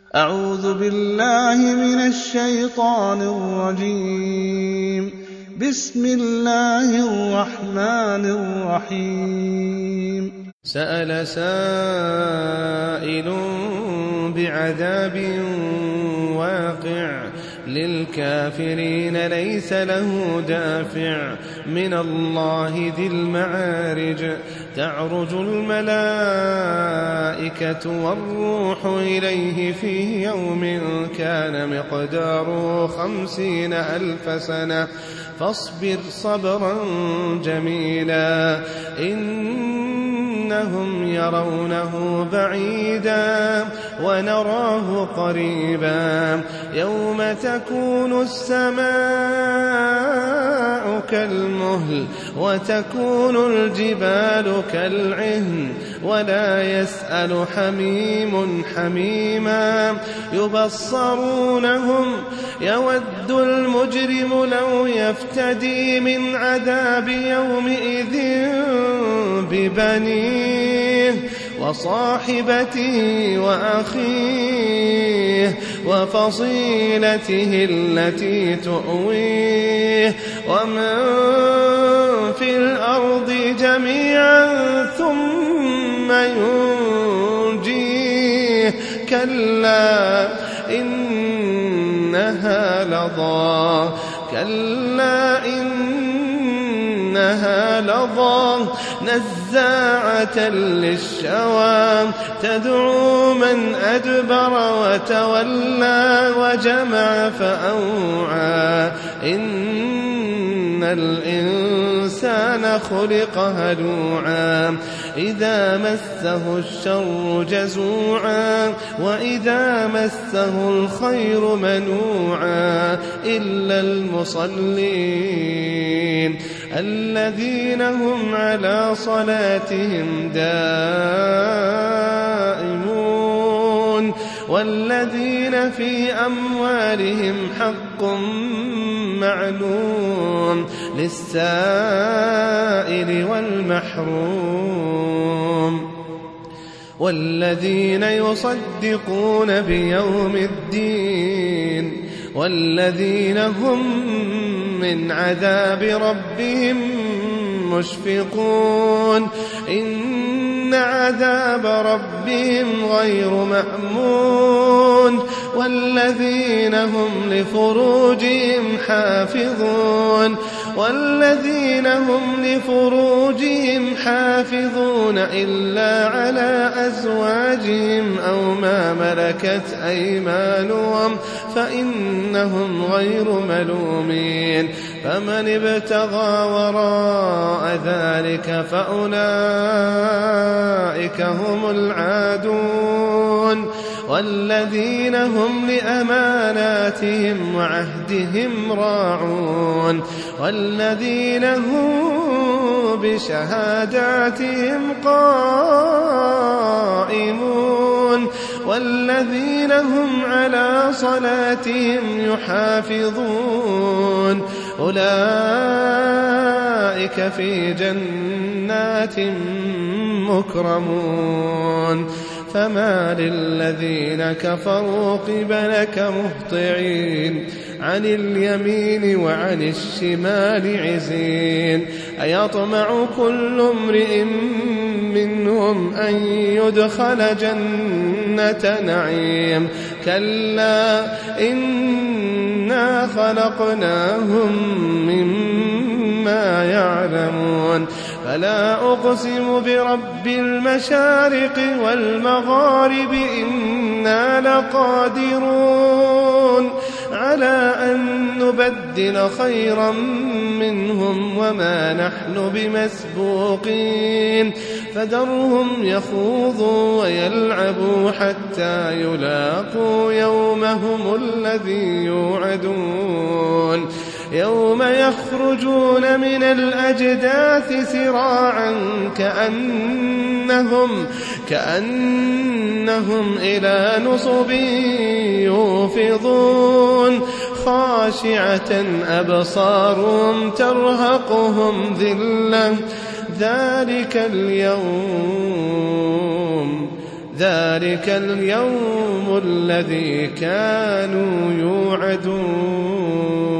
أعوذ بالله من الشيطان الرجيم. بسم الله الرحمن الرحيم. سأل سائل بعذاب واقع للكافرين ليس له دافع من الله ذي المعارج تعرج الملائكة والروح إليه في يوم كان مقداره 50,000 سنة فاصبر صبرا جميلا إنهم يرونه بعيدا ونراه قريبا يوم تكون السماء كالمهل وتكون الجبال كالعهن ولا يسأل حميم حميما يبصرونهم يود المجرم لو يفتدي من عذاب يومئذ ببنيه وصاحبته وأخيه وفصيلته التي تؤويه ومن في الأرض جميعا ثم ينجيه كلا إنها لظى نزاعة للشوى تدعو من أدبر وتولى وجمع فأوعى إن الإنسان خلق هلوعا إذا مسه الشر جزوعا وإذا مسه الخير منوعا إلا المصلين الذين هم على صلاتهم دائمون والذين في أموالهم حق معلوم للسائل والمحروم والذين يصدقون بيوم الدين والذين هم من عذاب ربهم مشفقون إن عذاب ربهم غير مأمون والذين هم لفروجهم حافظون إلا على أزواجهم أو ما ملكت أيمانهم فإنهم غير ملومين فمن ابتغى وراء ذلك فأولئك هم العادون والذين هم لأماناتهم وعهدهم راعون والذين هم بشهاداتهم قائمون والذين هم على صلاتهم يحافظون أولئك في جنات مكرمون فما للذين كفروا قبلك مهطعين عن اليمين وعن الشمال عزين أيطمع كل امرئ منهم أن يدخل جنة نعيم كلا إنا خلقناهم مما يعلمون فلا أقسم برب المشارق والمغارب إنا لقادرون على أن نبدل خيرا منهم وما نحن بمسبوقين فذرهم يخوضوا ويلعبوا حتى يلاقوا يومهم الذي يوعدون يوم يخرجون من الأجداث سراعا كأنهم إلى نصب يوفضون خاشعة أبصارهم ترهقهم ذلة ذلك ذلك اليوم الذي كانوا يوعدون.